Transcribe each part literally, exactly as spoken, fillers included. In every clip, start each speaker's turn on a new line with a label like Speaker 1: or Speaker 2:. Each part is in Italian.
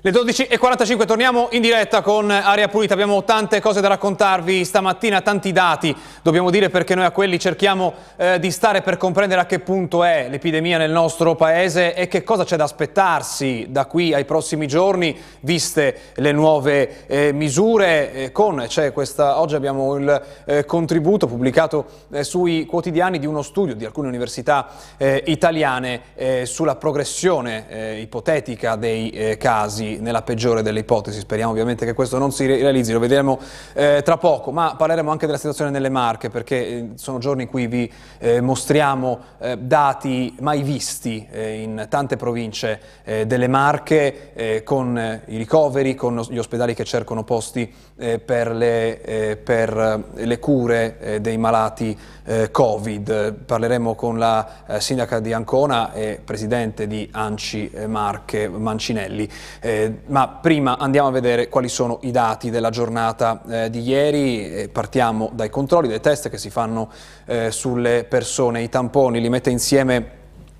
Speaker 1: Le dodici e quarantacinque, torniamo in diretta con Aria Pulita. Abbiamo tante cose da raccontarvi stamattina, tanti dati, dobbiamo dire, perché noi a quelli cerchiamo eh, di stare per comprendere a che punto è l'epidemia nel nostro paese e che cosa c'è da aspettarsi da qui ai prossimi giorni, viste le nuove eh, misure. Eh, con c'è questa, oggi abbiamo il eh, contributo pubblicato eh, sui quotidiani di uno studio di alcune università eh, italiane eh, sulla progressione eh, ipotetica dei eh, casi nella peggiore delle ipotesi. Speriamo ovviamente che questo non si realizzi, lo vedremo eh, tra poco, ma parleremo anche della situazione nelle Marche, perché eh, sono giorni in cui vi eh, mostriamo eh, dati mai visti eh, in tante province eh, delle Marche, eh, con eh, i ricoveri, con gli ospedali che cercano posti eh, per, le, eh, per le cure eh, dei malati eh, Covid. Parleremo con la eh, sindaca di Ancona e presidente di ANCI eh, Marche, Mancinelli. Eh, ma prima andiamo a vedere quali sono i dati della giornata eh, di ieri. Eh, partiamo dai controlli, dai test che si fanno eh, sulle persone. I tamponi li mette insieme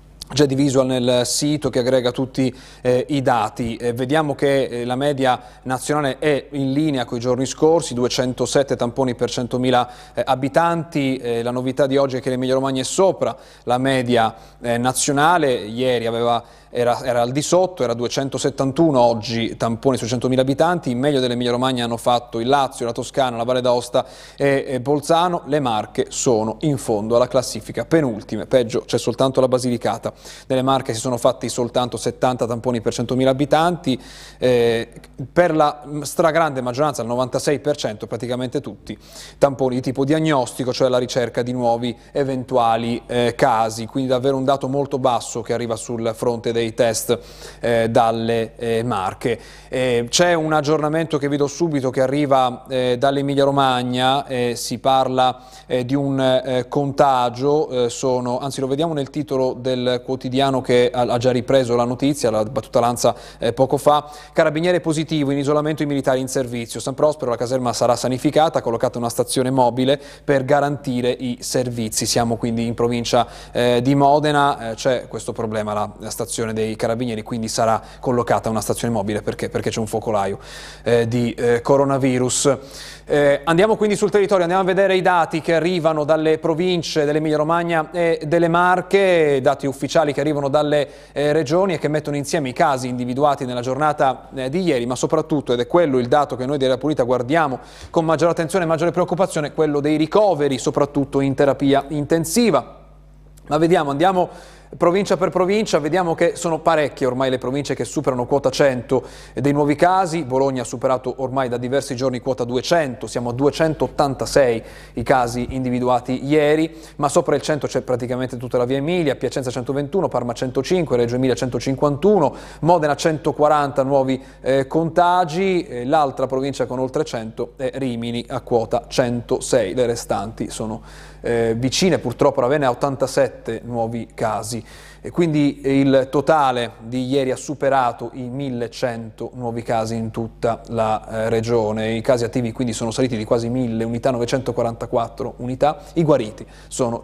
Speaker 1: J D Visual nel sito che aggrega tutti eh, i dati. Eh, vediamo che eh, la media nazionale è in linea con i giorni scorsi, duecentosette tamponi per centomila eh, abitanti. Eh, la novità di oggi è che l'Emilia Romagna è sopra la media eh, nazionale, ieri aveva Era, era al di sotto, era duecentosettantuno oggi tamponi su centomila abitanti. In meglio dell'Emilia Romagna hanno fatto il Lazio, la Toscana, la Valle d'Aosta e, e Bolzano. Le Marche sono in fondo alla classifica, penultime, peggio c'è soltanto la Basilicata. Nelle Marche si sono fatti soltanto settanta tamponi per centomila abitanti, eh, per la stragrande maggioranza, il novantasei per cento, praticamente tutti tamponi di tipo diagnostico, cioè la ricerca di nuovi eventuali eh, casi, quindi davvero un dato molto basso che arriva sul fronte dei dei test eh, dalle eh, Marche. Eh, c'è un aggiornamento che vi do subito che arriva eh, dall'Emilia Romagna, eh, si parla eh, di un eh, contagio, eh, sono, anzi lo vediamo nel titolo del quotidiano che ha, ha già ripreso la notizia, l'ha battuta Lanza eh, poco fa. Carabiniere positivo, in isolamento i militari in servizio. San Prospero, la caserma sarà sanificata, collocata una stazione mobile per garantire i servizi. Siamo quindi in provincia eh, di Modena, eh, c'è questo problema, la, la stazione dei carabinieri, quindi sarà collocata una stazione mobile perché, perché c'è un focolaio eh, di eh, coronavirus. Eh, andiamo quindi sul territorio, andiamo a vedere i dati che arrivano dalle province dell'Emilia Romagna e delle Marche, dati ufficiali che arrivano dalle eh, regioni e che mettono insieme i casi individuati nella giornata eh, di ieri, ma soprattutto, ed è quello il dato che noi di Aria Pulita guardiamo con maggiore attenzione e maggiore preoccupazione, quello dei ricoveri, soprattutto in terapia intensiva. Ma vediamo, andiamo provincia per provincia, vediamo che sono parecchie ormai le province che superano quota cento dei nuovi casi. Bologna ha superato ormai da diversi giorni quota duecento, siamo a duecentottantasei i casi individuati ieri, ma sopra il cento c'è praticamente tutta la via Emilia, Piacenza centoventuno, Parma centocinque, Reggio Emilia centocinquantuno, Modena centoquaranta nuovi eh, contagi, eh, l'altra provincia con oltre cento è Rimini a quota centosei, le restanti sono eh, vicine, purtroppo Ravenna ha ottantasette nuovi casi. E quindi il totale di ieri ha superato i millecento nuovi casi in tutta la eh, regione. I casi attivi quindi sono saliti di quasi mille unità, novecentoquarantaquattro unità, i guariti sono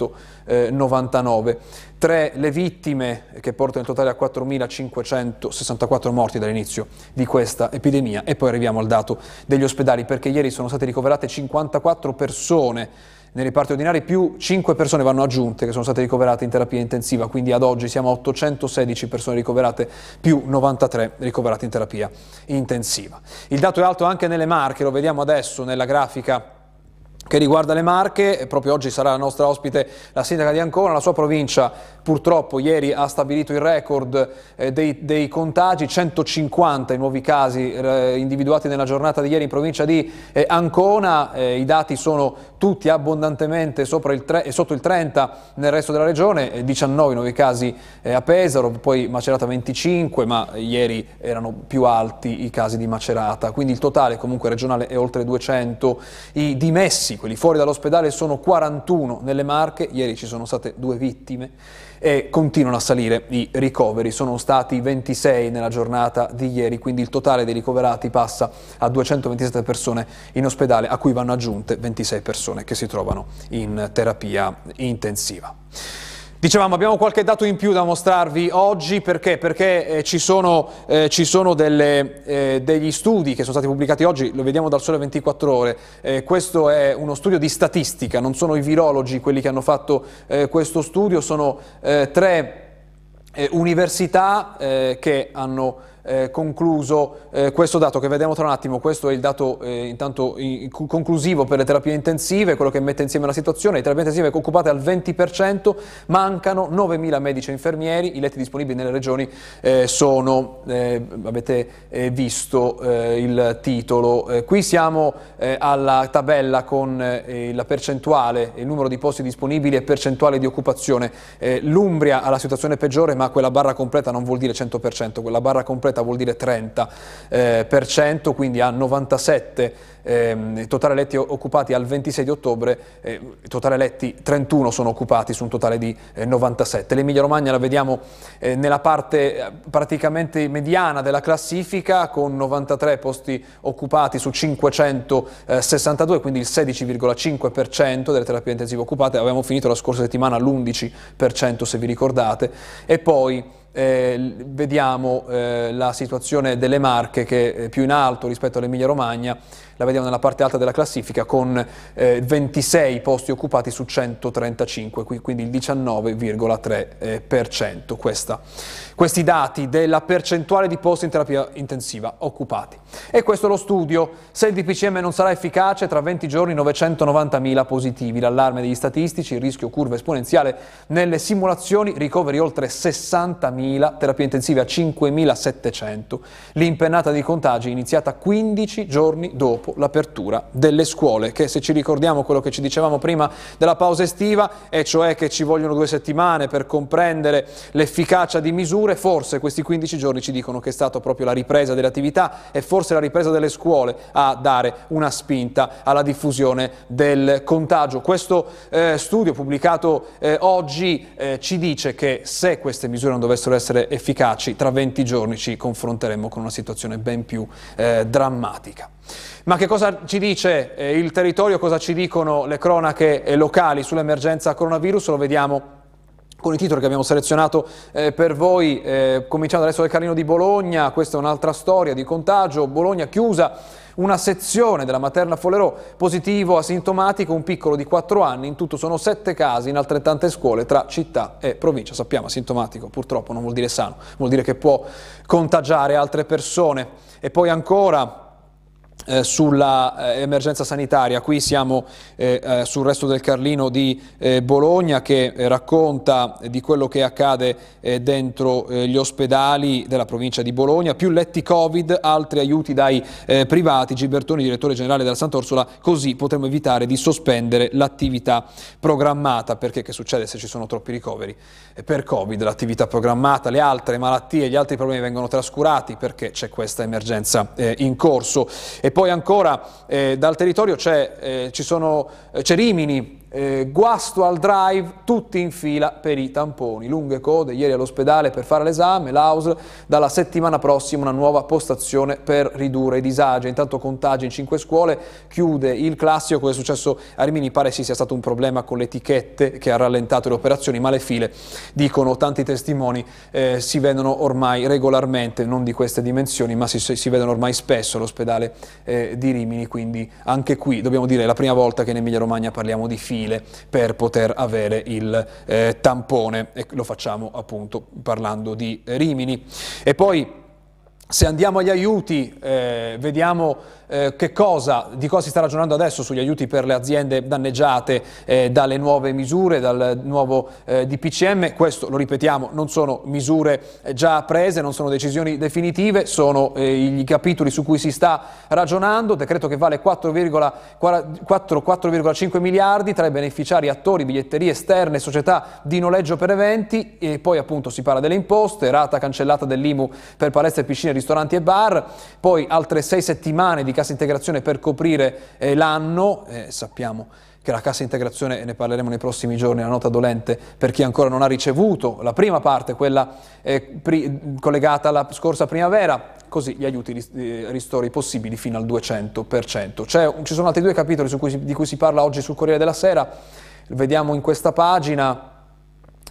Speaker 1: centonovantanove. Tre le vittime, che portano il totale a quattromilacinquecentosessantaquattro morti dall'inizio di questa epidemia. E poi arriviamo al dato degli ospedali, perché ieri sono state ricoverate cinquantaquattro persone nei reparti ordinari, più cinque persone vanno aggiunte che sono state ricoverate in terapia intensiva, quindi ad oggi siamo a ottocentosedici persone ricoverate più novantatré ricoverate in terapia intensiva. Il dato è alto anche nelle Marche, lo vediamo adesso nella grafica che riguarda le Marche. E proprio oggi sarà la nostra ospite la sindaca di Ancona. La sua provincia purtroppo ieri ha stabilito il record eh, dei, dei contagi, centocinquanta i nuovi casi eh, individuati nella giornata di ieri in provincia di eh, Ancona. Eh, i dati sono tutti abbondantemente sopra il tre, sotto il trenta nel resto della regione, eh, diciannove nuovi casi eh, a Pesaro, poi Macerata venticinque, ma ieri erano più alti i casi di Macerata, quindi il totale comunque regionale è oltre duecento. I dimessi, quelli fuori dall'ospedale, sono quarantuno nelle Marche, ieri ci sono state due vittime e continuano a salire i ricoveri, sono stati ventisei nella giornata di ieri, quindi il totale dei ricoverati passa a duecentoventisette persone in ospedale, a cui vanno aggiunte ventisei persone che si trovano in terapia intensiva. Dicevamo, abbiamo qualche dato in più da mostrarvi oggi, perché? Perché eh, ci sono, eh, ci sono delle, eh, degli studi che sono stati pubblicati oggi, lo vediamo dal Sole ventiquattro Ore, eh, questo è uno studio di statistica, non sono i virologi quelli che hanno fatto eh, questo studio, sono eh, tre eh, università eh, che hanno Eh, concluso eh, questo dato che vediamo tra un attimo. Questo è il dato eh, intanto in, conclusivo per le terapie intensive, quello che mette insieme la situazione. Le terapie intensive occupate al venti per cento, mancano novemila medici e infermieri, i letti disponibili nelle regioni eh, sono, eh, avete eh, visto eh, il titolo, eh, qui siamo eh, alla tabella con eh, la percentuale, il numero di posti disponibili e percentuale di occupazione. eh, L'Umbria ha la situazione peggiore, ma quella barra completa non vuol dire cento per cento, quella barra completa vuol dire trenta per cento, quindi a novantasette eh, totale letti occupati al ventisei di ottobre, eh, totale letti trentuno sono occupati su un totale di eh, novantasette. L'Emilia Romagna la vediamo eh, nella parte eh, praticamente mediana della classifica, con novantatré posti occupati su cinquecentosessantadue, quindi il sedici virgola cinque per cento delle terapie intensive occupate. Avevamo finito la scorsa settimana all'undici per cento, se vi ricordate. E poi Eh, vediamo eh, la situazione delle Marche, che è più in alto rispetto all'Emilia Romagna, la vediamo nella parte alta della classifica con eh, ventisei posti occupati su centotrentacinque, quindi il diciannove virgola tre per cento. Questa, questi dati della percentuale di posti in terapia intensiva occupati. E questo è lo studio. Se il D P C M non sarà efficace, tra venti giorni novecentonovantamila positivi. L'allarme degli statistici, il rischio curva esponenziale nelle simulazioni, ricoveri oltre sessantamila, terapie intensive a cinquemilasettecento. L'impennata di contagi è iniziata quindici giorni dopo l'apertura delle scuole, che, se ci ricordiamo quello che ci dicevamo prima della pausa estiva, e cioè che ci vogliono due settimane per comprendere l'efficacia di misure, forse questi quindici giorni ci dicono che è stata proprio la ripresa delle attività e forse la ripresa delle scuole a dare una spinta alla diffusione del contagio. Questo eh, studio pubblicato eh, oggi eh, ci dice che se queste misure non dovessero essere efficaci, tra venti giorni ci confronteremo con una situazione ben più eh, drammatica. Ma che cosa ci dice eh, il territorio, cosa ci dicono le cronache eh, locali sull'emergenza coronavirus? Lo vediamo con i titoli che abbiamo selezionato eh, per voi, eh, cominciando adesso dal Carlino di Bologna. Questa è un'altra storia di contagio. Bologna chiusa una sezione della materna Follerò, positivo asintomatico, un piccolo di quattro anni, in tutto sono sette casi in altrettante scuole tra città e provincia. Sappiamo, asintomatico purtroppo non vuol dire sano, vuol dire che può contagiare altre persone. E poi ancora Eh, sulla eh, emergenza sanitaria, qui siamo eh, eh, sul resto del Carlino di eh, Bologna, che eh, racconta di quello che accade eh, dentro eh, gli ospedali della provincia di Bologna. Più letti Covid, altri aiuti dai eh, privati. Gibertoni, direttore generale della Sant'Orsola: così potremo evitare di sospendere l'attività programmata. Perché che succede se ci sono troppi ricoveri eh, per Covid? L'attività programmata, le altre malattie, gli altri problemi vengono trascurati perché c'è questa emergenza eh, in corso. E poi ancora eh, dal territorio c'è eh, ci sono eh, c'è Rimini, eh, guasto al drive, tutti in fila per i tamponi, lunghe code ieri all'ospedale per fare l'esame. L'A U S L: dalla settimana prossima una nuova postazione per ridurre i disagi. Intanto contagi in cinque scuole, chiude il classico. Cosa è successo a Rimini? Pare sì sia stato un problema con le etichette che ha rallentato le operazioni, ma le file, dicono tanti testimoni, eh, si vedono ormai regolarmente, non di queste dimensioni, ma si, si vedono ormai spesso all'ospedale eh, di Rimini. Quindi anche qui dobbiamo dire, è la prima volta che in Emilia Romagna parliamo di file per poter avere il eh, tampone, e lo facciamo appunto parlando di Rimini. E poi, se andiamo agli aiuti, eh, vediamo eh, che cosa, di cosa si sta ragionando adesso sugli aiuti per le aziende danneggiate eh, dalle nuove misure, dal nuovo eh, D P C M. Questo, lo ripetiamo, non sono misure già prese, non sono decisioni definitive, sono eh, i capitoli su cui si sta ragionando. Decreto che vale quattro virgola cinque miliardi tra i beneficiari, attori, biglietterie esterne, società di noleggio per eventi. E poi appunto si parla delle imposte, rata cancellata dell'I M U per palestre, piscine, ristoranti e bar, poi altre sei settimane di cassa integrazione per coprire eh, l'anno. Eh, sappiamo che la cassa integrazione, ne parleremo nei prossimi giorni, è una nota dolente per chi ancora non ha ricevuto la prima parte, quella eh, pri collegata alla scorsa primavera, così gli aiuti ristori possibili fino al duecento per cento. Ci sono altri due capitoli su cui si, di cui si parla oggi sul Corriere della Sera, vediamo in questa pagina.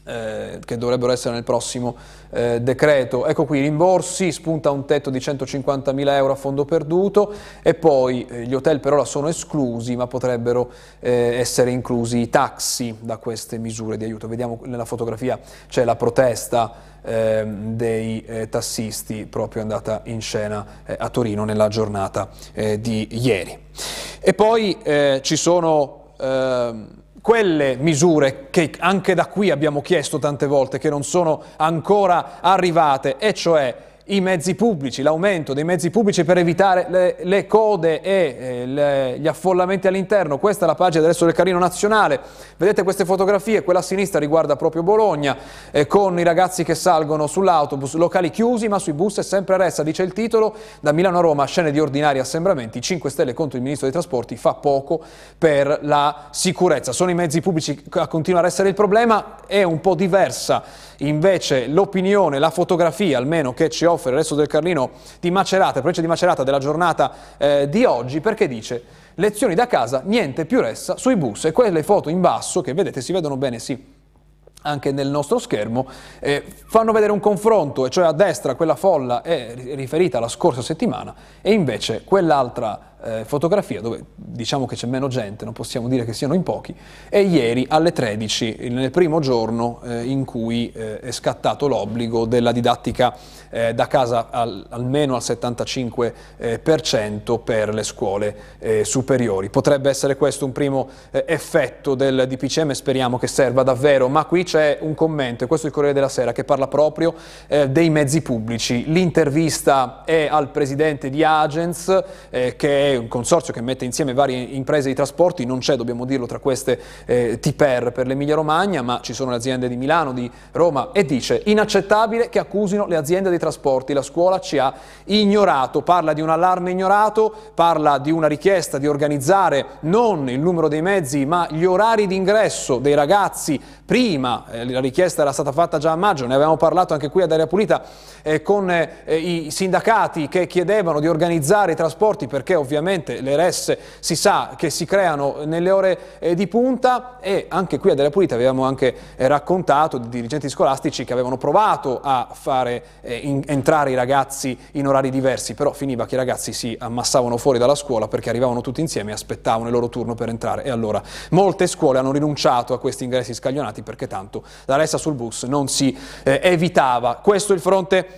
Speaker 1: Eh, che dovrebbero essere nel prossimo eh, decreto. Ecco qui, rimborsi, spunta un tetto di centocinquantamila euro a fondo perduto e poi eh, gli hotel per ora sono esclusi, ma potrebbero eh, essere inclusi i taxi da queste misure di aiuto. Vediamo nella fotografia c'è la protesta eh, dei eh, tassisti proprio andata in scena eh, a Torino nella giornata eh, di ieri. E poi eh, ci sono eh, quelle misure che anche da qui abbiamo chiesto tante volte, che non sono ancora arrivate, e cioè i mezzi pubblici, l'aumento dei mezzi pubblici per evitare le, le code e eh, le, gli affollamenti all'interno. Questa è la pagina del Resto del Carlino Nazionale. Vedete queste fotografie, quella a sinistra riguarda proprio Bologna, eh, con i ragazzi che salgono sull'autobus, locali chiusi ma sui bus è sempre ressa, dice il titolo. Da Milano a Roma, scene di ordinari assembramenti, cinque Stelle contro il Ministro dei Trasporti, fa poco per la sicurezza. Sono i mezzi pubblici a continuare a essere il problema, è un po' diversa invece l'opinione, la fotografia almeno che ci offre il Resto del Carlino di Macerata, provincia di Macerata, della giornata eh, di oggi, perché dice: lezioni da casa, niente più ressa sui bus. E quelle foto in basso che vedete, si vedono bene, sì, anche nel nostro schermo, eh, fanno vedere un confronto, e cioè a destra quella folla è riferita alla scorsa settimana e invece quell'altra eh, fotografia, dove diciamo che c'è meno gente, non possiamo dire che siano in pochi, è ieri alle tredici, nel primo giorno eh, in cui eh, è scattato l'obbligo della didattica eh, da casa al, almeno al settantacinque per cento per le scuole eh, superiori. Potrebbe essere questo un primo eh, effetto del D P C M, speriamo che serva davvero, ma qui c'è un commento, e questo è il Corriere della Sera, che parla proprio eh, dei mezzi pubblici. L'intervista è al presidente di Agence, eh, che è un consorzio che mette insieme varie imprese di trasporti, non c'è, dobbiamo dirlo, tra queste eh, T P E R per l'Emilia Romagna, ma ci sono le aziende di Milano, di Roma, e dice: inaccettabile che accusino le aziende dei trasporti, la scuola ci ha ignorato. Parla di un allarme ignorato, parla di una richiesta di organizzare non il numero dei mezzi ma gli orari di ingresso dei ragazzi prima. Eh, la richiesta era stata fatta già a maggio, ne avevamo parlato anche qui ad Aria Pulita eh, con eh, i sindacati che chiedevano di organizzare i trasporti, perché ovviamente le R S si sa che si creano nelle ore eh, di punta, e anche qui ad Aria Pulita avevamo anche eh, raccontato di dirigenti scolastici che avevano provato a fare eh, in, entrare i ragazzi in orari diversi, però finiva che i ragazzi si ammassavano fuori dalla scuola perché arrivavano tutti insieme e aspettavano il loro turno per entrare, e allora molte scuole hanno rinunciato a questi ingressi scaglionati perché tanto la ressa sul bus non si eh, evitava. Questo è il fronte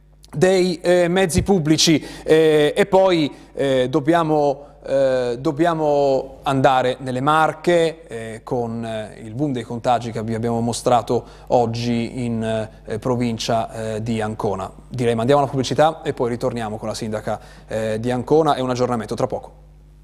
Speaker 1: dei eh, mezzi pubblici eh, e poi eh, dobbiamo, eh, dobbiamo andare nelle Marche eh, con eh, il boom dei contagi che vi abbiamo mostrato oggi in eh, provincia eh, di Ancona. Direi mandiamo la pubblicità e poi ritorniamo con la sindaca eh, di Ancona e un aggiornamento tra poco.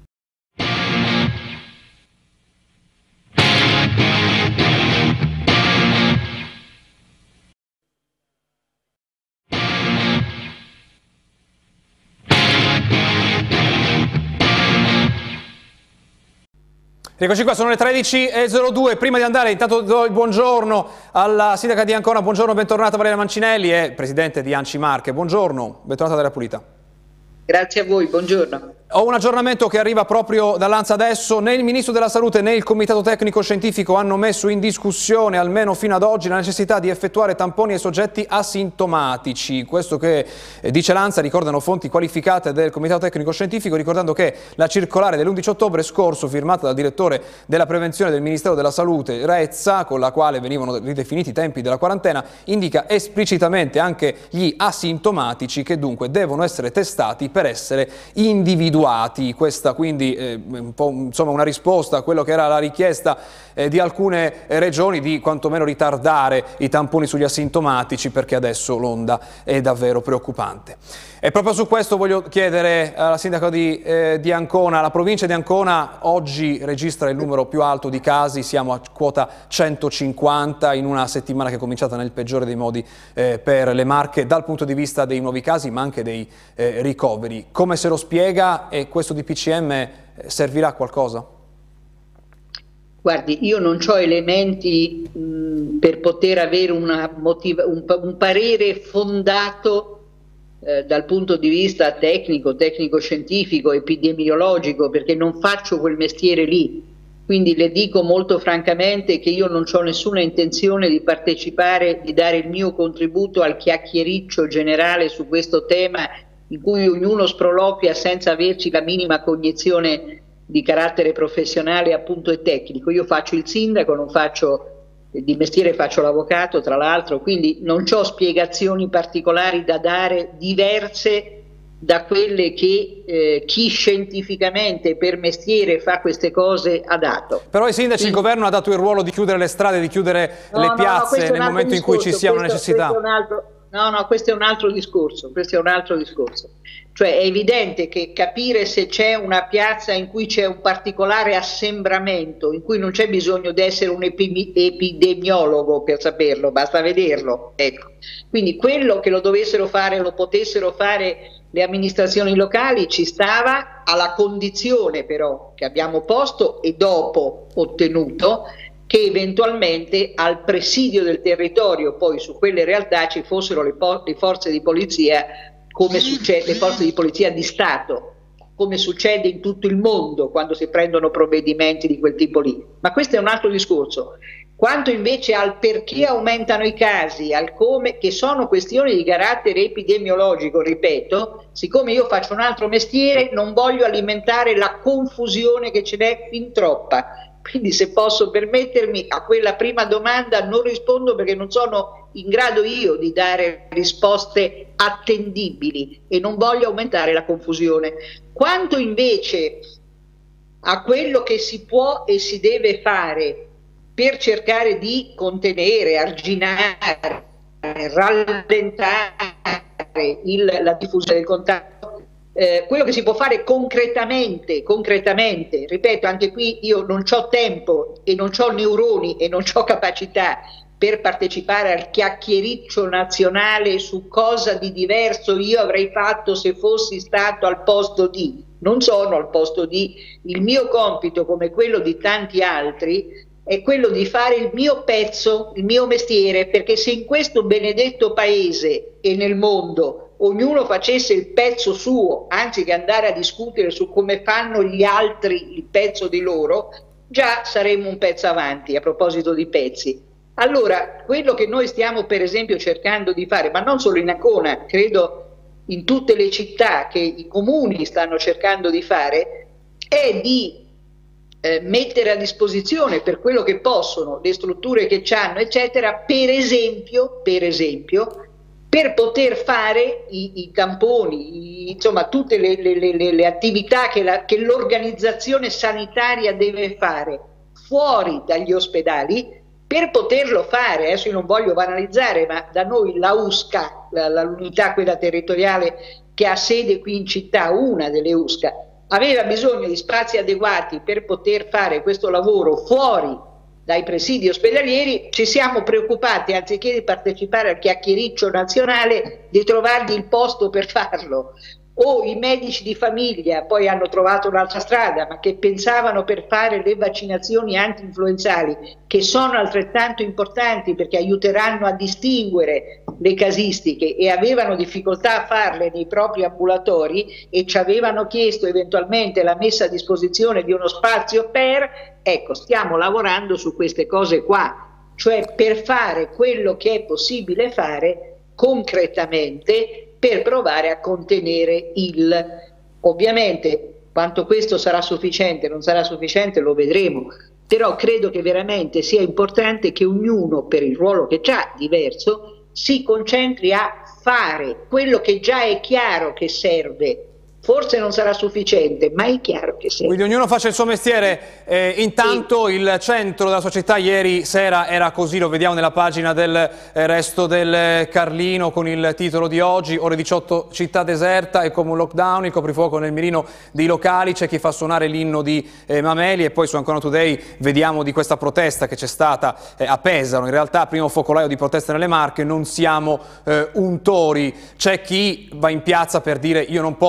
Speaker 1: Eccoci qua, sono le tredici e zero due. Prima di andare, intanto do il buongiorno alla sindaca di Ancona. Buongiorno, bentornata Valeria Mancinelli, è presidente di ANCI Marche. Buongiorno, bentornata ad Aria Pulita.
Speaker 2: Grazie a voi, buongiorno.
Speaker 1: Ho un aggiornamento che arriva proprio dall'Ansa adesso. Né il Ministro della Salute né il Comitato Tecnico Scientifico hanno messo in discussione, almeno fino ad oggi, la necessità di effettuare tamponi ai soggetti asintomatici. Questo che eh, dice l'Ansa, ricordano fonti qualificate del Comitato Tecnico Scientifico, ricordando che la circolare dell'undici ottobre scorso, firmata dal direttore della prevenzione del Ministero della Salute, Rezza, con la quale venivano ridefiniti i tempi della quarantena, indica esplicitamente anche gli asintomatici che dunque devono essere testati per essere individuati. Questa quindi eh, un po', insomma, una risposta a quello che era la richiesta eh, di alcune eh, regioni di quantomeno ritardare i tamponi sugli asintomatici, perché adesso l'onda è davvero preoccupante. E proprio su questo voglio chiedere alla sindaca di, eh, di Ancona. La provincia di Ancona oggi registra il numero più alto di casi, siamo a quota centocinquanta in una settimana che è cominciata nel peggiore dei modi eh, per le Marche dal punto di vista dei nuovi casi ma anche dei eh, ricoveri. Come se lo spiega, e questo D P C M servirà a qualcosa?
Speaker 2: Guardi, io non ho elementi mh, per poter avere una motiva un, un parere fondato eh, dal punto di vista tecnico, tecnico-scientifico, epidemiologico, perché non faccio quel mestiere lì. Quindi le dico molto francamente che io non ho nessuna intenzione di partecipare, di dare il mio contributo al chiacchiericcio generale su questo tema in cui ognuno sproloquia senza averci la minima cognizione di carattere professionale appunto e tecnico. Io faccio il sindaco, non faccio di mestiere, faccio l'avvocato tra l'altro, quindi non ho spiegazioni particolari da dare diverse da quelle che eh, chi scientificamente per mestiere fa queste cose ha dato.
Speaker 1: Però i sindaci, quindi, il governo ha dato il ruolo di chiudere le strade, di chiudere
Speaker 2: no,
Speaker 1: le
Speaker 2: no,
Speaker 1: piazze
Speaker 2: no,
Speaker 1: nel momento discorso, in cui ci sia
Speaker 2: questo,
Speaker 1: una necessità.
Speaker 2: Questo è un altro, no, no, questo è un altro discorso, questo è un altro discorso. Cioè è evidente che capire se c'è una piazza in cui c'è un particolare assembramento, in cui non c'è bisogno di essere un epidemiologo per saperlo, basta vederlo. Ecco. Quindi quello che lo dovessero fare, lo potessero fare le amministrazioni locali ci stava, alla condizione però che abbiamo posto e dopo ottenuto che eventualmente al presidio del territorio poi su quelle realtà ci fossero le, le forze di polizia, come succede, le forze di polizia di Stato, come succede in tutto il mondo quando si prendono provvedimenti di quel tipo lì. Ma questo è un altro discorso. Quanto invece al perché aumentano i casi, al come, che sono questioni di carattere epidemiologico, ripeto, siccome io faccio un altro mestiere non voglio alimentare la confusione che ce n'è fin troppa. Quindi se posso permettermi, a quella prima domanda non rispondo perché non sono in grado io di dare risposte attendibili e non voglio aumentare la confusione. Quanto invece a quello che si può e si deve fare per cercare di contenere, arginare, rallentare il, la diffusione del contagio, Eh, quello che si può fare concretamente, concretamente, ripeto, anche qui io non ho tempo e non ho neuroni e non ho capacità per partecipare al chiacchiericcio nazionale su cosa di diverso io avrei fatto se fossi stato al posto di, non sono al posto di, il mio compito come quello di tanti altri è quello di fare il mio pezzo, il mio mestiere, perché se in questo benedetto paese e nel mondo ognuno facesse il pezzo suo, anziché andare a discutere su come fanno gli altri il pezzo di loro, già saremmo un pezzo avanti a proposito di pezzi. Allora, quello che noi stiamo per esempio cercando di fare, ma non solo in Ancona, credo in tutte le città che i comuni stanno cercando di fare, è di eh, mettere a disposizione per quello che possono, le strutture che hanno, eccetera, per esempio, per esempio, per poter fare i, i tamponi, i, insomma tutte le, le, le, le attività che, la, che l'organizzazione sanitaria deve fare fuori dagli ospedali, per poterlo fare. Adesso io non voglio banalizzare, ma da noi la U S C A, la, la, l'unità quella territoriale che ha sede qui in città, una delle U S C A, aveva bisogno di spazi adeguati per poter fare questo lavoro fuori dai presidi ospedalieri. Ci siamo preoccupati, anziché di partecipare al chiacchiericcio nazionale, di trovargli il posto per farlo. O i medici di famiglia poi hanno trovato un'altra strada, ma che pensavano per fare le vaccinazioni anti-influenzali, che sono altrettanto importanti perché aiuteranno a distinguere le casistiche, e avevano difficoltà a farle nei propri ambulatori e ci avevano chiesto eventualmente la messa a disposizione di uno spazio per... Ecco, stiamo lavorando su queste cose qua, cioè per fare quello che è possibile fare concretamente per provare a contenere il... Ovviamente quanto questo sarà sufficiente, non sarà sufficiente, lo vedremo, però credo che veramente sia importante che ognuno, per il ruolo che ha diverso, si concentri a fare quello che già è chiaro che serve. Forse non sarà sufficiente, ma è chiaro che serve.
Speaker 1: Quindi ognuno faccia il suo mestiere. Eh, intanto sì. Il centro della società ieri sera era così, lo vediamo nella pagina del eh, Resto del Carlino con il titolo di oggi, ore diciotto, città deserta e come un lockdown, il coprifuoco nel mirino dei locali, c'è chi fa suonare l'inno di eh, Mameli, e poi su Ancona Today vediamo di questa protesta che c'è stata eh, a Pesaro, in realtà primo focolaio di proteste nelle Marche, non siamo eh, untori. C'è chi va in piazza per dire io non posso fare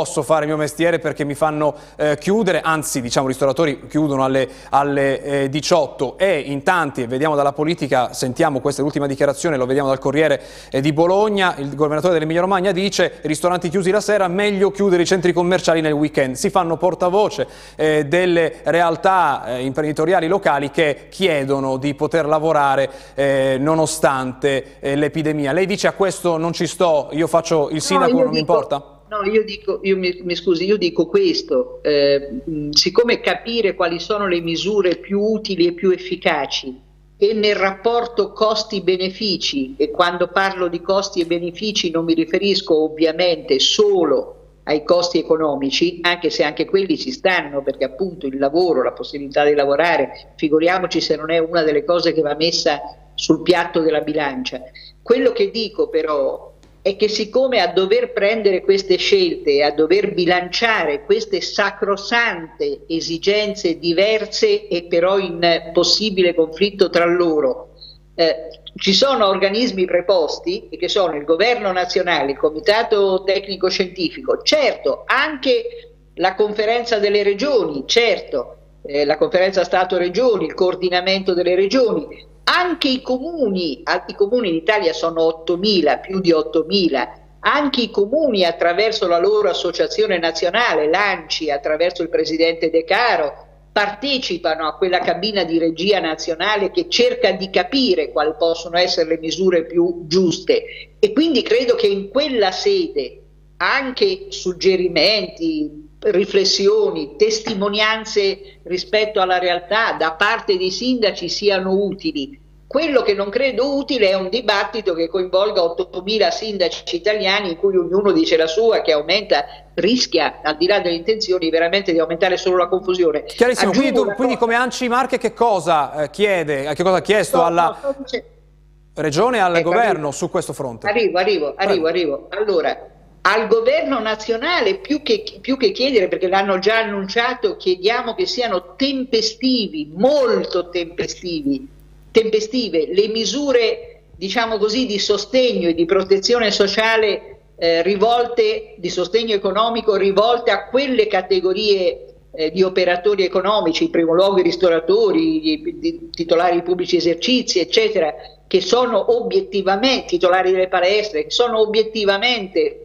Speaker 1: fare il mio mestiere perché mi fanno eh, chiudere, anzi diciamo i ristoratori chiudono alle, alle eh, diciotto, e in tanti, e vediamo dalla politica, sentiamo questa è l'ultima dichiarazione, lo vediamo dal Corriere eh, di Bologna, il governatore dell'Emilia Romagna dice ristoranti chiusi la sera, meglio chiudere i centri commerciali nel weekend. Si fanno portavoce eh, delle realtà eh, imprenditoriali locali che chiedono di poter lavorare eh, nonostante eh, l'epidemia. Lei dice a questo non ci sto, io faccio il sindaco, no, non dico, mi importa?
Speaker 2: No, io dico, io mi, mi scusi, io dico questo, eh, siccome capire quali sono le misure più utili e più efficaci e nel rapporto costi-benefici, e quando parlo di costi e benefici non mi riferisco ovviamente solo ai costi economici, anche se anche quelli ci stanno, perché appunto il lavoro, la possibilità di lavorare, figuriamoci se non è una delle cose che va messa sul piatto della bilancia. Quello che dico però è che siccome a dover prendere queste scelte, a dover bilanciare queste sacrosante esigenze diverse e però in possibile conflitto tra loro, eh, ci sono organismi preposti, che sono il Governo nazionale, il Comitato Tecnico Scientifico, certo anche la Conferenza delle Regioni, certo eh, la Conferenza Stato-Regioni, il coordinamento delle regioni, anche i comuni, i comuni in Italia sono ottomila, più di ottomila, anche i comuni attraverso la loro associazione nazionale, l'ANCI, attraverso il presidente De Caro, partecipano a quella cabina di regia nazionale che cerca di capire quali possono essere le misure più giuste, e quindi credo che in quella sede anche suggerimenti, riflessioni, testimonianze rispetto alla realtà da parte dei sindaci siano utili. Quello che non credo utile è un dibattito che coinvolga ottomila sindaci italiani in cui ognuno dice la sua, che aumenta, rischia, al di là delle intenzioni, veramente di aumentare solo la confusione.
Speaker 1: Chiarissimo, quindi, tu, quindi come ANCI Marche che cosa eh, chiede, che cosa ha chiesto no, alla no, Regione e al ecco, governo arrivo. su questo fronte?
Speaker 2: Arrivo, arrivo, arrivo, arrivo. Allora, al governo nazionale più che, più che chiedere, perché l'hanno già annunciato, chiediamo che siano tempestivi, molto tempestivi, tempestive le misure, diciamo così, di sostegno e di protezione sociale eh, rivolte, di sostegno economico rivolte a quelle categorie eh, di operatori economici, in primo luogo i ristoratori, i, i titolari di pubblici esercizi, eccetera, che sono obiettivamente, titolari delle palestre, che sono obiettivamente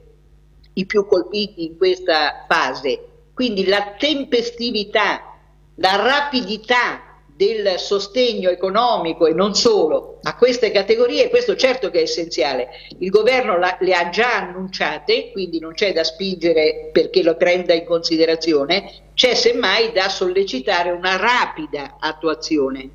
Speaker 2: i più colpiti in questa fase. Quindi la tempestività, la rapidità del sostegno economico e non solo a queste categorie, questo certo che è essenziale. Il governo la, le ha già annunciate, quindi non c'è da spingere perché lo prenda in considerazione, c'è semmai da sollecitare una rapida attuazione.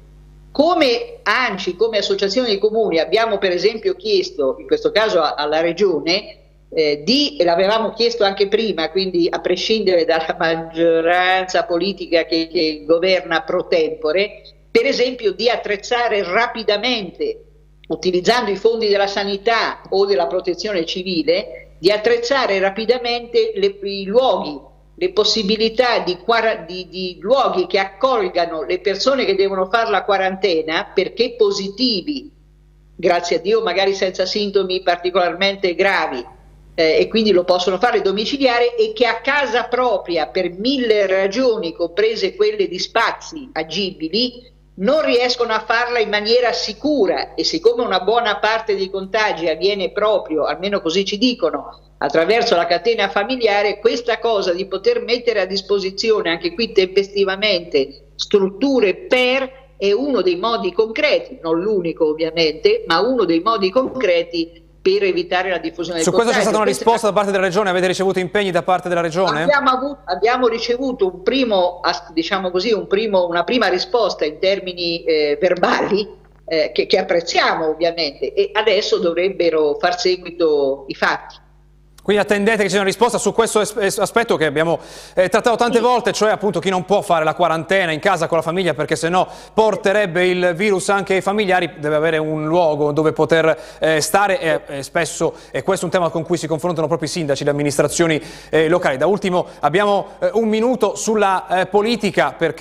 Speaker 2: Come ANCI, come Associazione dei Comuni, abbiamo per esempio chiesto, in questo caso alla Regione, Eh, di, e l'avevamo chiesto anche prima, quindi a prescindere dalla maggioranza politica che, che governa pro tempore, per esempio di attrezzare rapidamente, utilizzando i fondi della sanità o della protezione civile, di attrezzare rapidamente le, i luoghi, le possibilità di, di, di luoghi che accolgano le persone che devono fare la quarantena perché positivi, grazie a Dio magari senza sintomi particolarmente gravi, Eh, e quindi lo possono fare domiciliare, e che a casa propria per mille ragioni, comprese quelle di spazi agibili, non riescono a farla in maniera sicura, e siccome una buona parte dei contagi avviene proprio, almeno così ci dicono, attraverso la catena familiare, questa cosa di poter mettere a disposizione anche qui tempestivamente strutture per è uno dei modi concreti, non l'unico ovviamente, ma uno dei modi concreti per evitare la diffusione del
Speaker 1: contagio. Su questo c'è stata una
Speaker 2: Questa
Speaker 1: risposta da parte della Regione? Avete ricevuto impegni da parte della Regione?
Speaker 2: Abbiamo, avuto, abbiamo ricevuto un primo, diciamo così, un primo, una prima risposta in termini eh, verbali eh, che, che apprezziamo ovviamente, e adesso dovrebbero far seguito i fatti.
Speaker 1: Quindi attendete che ci sia una risposta su questo aspetto che abbiamo eh, trattato tante sì. volte, cioè appunto chi non può fare la quarantena in casa con la famiglia perché sennò porterebbe il virus anche ai familiari, deve avere un luogo dove poter eh, stare, e eh, spesso, e questo è un tema con cui si confrontano proprio i sindaci, le amministrazioni eh, locali. Da ultimo abbiamo eh, un minuto sulla eh, politica, perché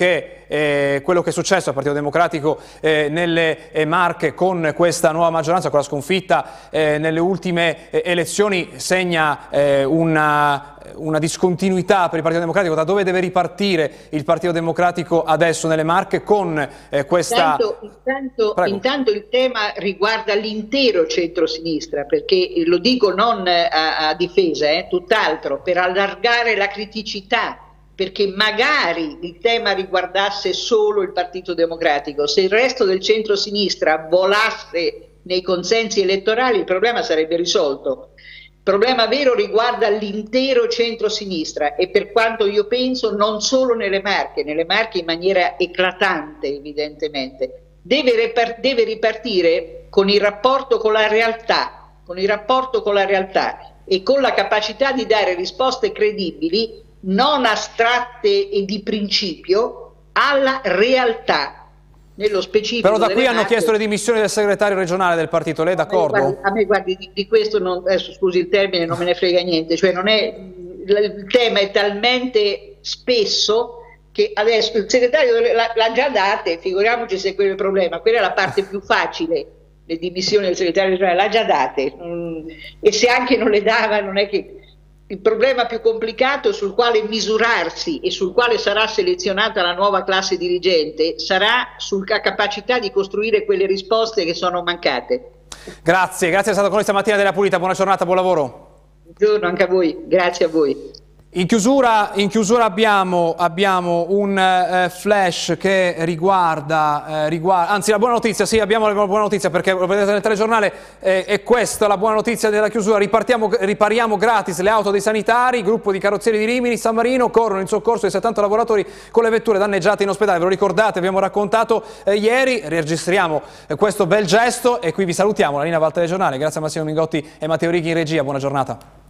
Speaker 1: eh, quello che è successo al Partito Democratico eh, nelle eh, Marche con questa nuova maggioranza, con la sconfitta eh, nelle ultime eh, elezioni, segna eh, una... una discontinuità per il Partito Democratico. Da dove deve ripartire il Partito Democratico adesso nelle Marche con eh, questa...
Speaker 2: Intanto, intanto, intanto il tema riguarda l'intero centro-sinistra, perché lo dico non a, a difesa, eh, tutt'altro, per allargare la criticità, perché magari il tema riguardasse solo il Partito Democratico. Se il resto del centro-sinistra volasse nei consensi elettorali, il problema sarebbe risolto. Il problema vero riguarda l'intero centro-sinistra e, per quanto io penso, non solo nelle Marche, nelle Marche in maniera eclatante evidentemente. Deve, ripart- deve ripartire con il rapporto con la realtà, con il rapporto con la realtà e con la capacità di dare risposte credibili, non astratte e di principio, alla realtà. Nello specifico.
Speaker 1: Però da qui hanno
Speaker 2: Marche,
Speaker 1: chiesto le dimissioni del segretario regionale del partito, lei è d'accordo?
Speaker 2: A me guardi, di, di questo non, adesso scusi il termine, non me ne frega niente, cioè non è, il tema è talmente spesso che adesso il segretario l'ha già date, figuriamoci se quello è il problema, quella è la parte più facile, le dimissioni del segretario regionale, l'ha già date, mm, e se anche non le dava non è che... Il problema più complicato sul quale misurarsi e sul quale sarà selezionata la nuova classe dirigente sarà sulla capacità di costruire quelle risposte che sono mancate.
Speaker 1: Grazie, grazie di essere stato con noi stamattina della Pulita, buona giornata, buon lavoro.
Speaker 2: Buongiorno anche a voi, grazie a voi.
Speaker 1: In chiusura, in chiusura abbiamo, abbiamo un eh, flash che riguarda, eh, riguarda, anzi la buona notizia, sì abbiamo la buona notizia perché lo vedete nel telegiornale, eh, è questa la buona notizia della chiusura, Ripartiamo, ripariamo gratis le auto dei sanitari, gruppo di carrozzieri di Rimini, San Marino, corrono in soccorso dei settanta lavoratori con le vetture danneggiate in ospedale, ve lo ricordate, abbiamo raccontato eh, ieri, registriamo eh, questo bel gesto e qui vi salutiamo, la linea va al telegiornale, grazie a Massimo Mingotti e Matteo Righi in regia, buona giornata.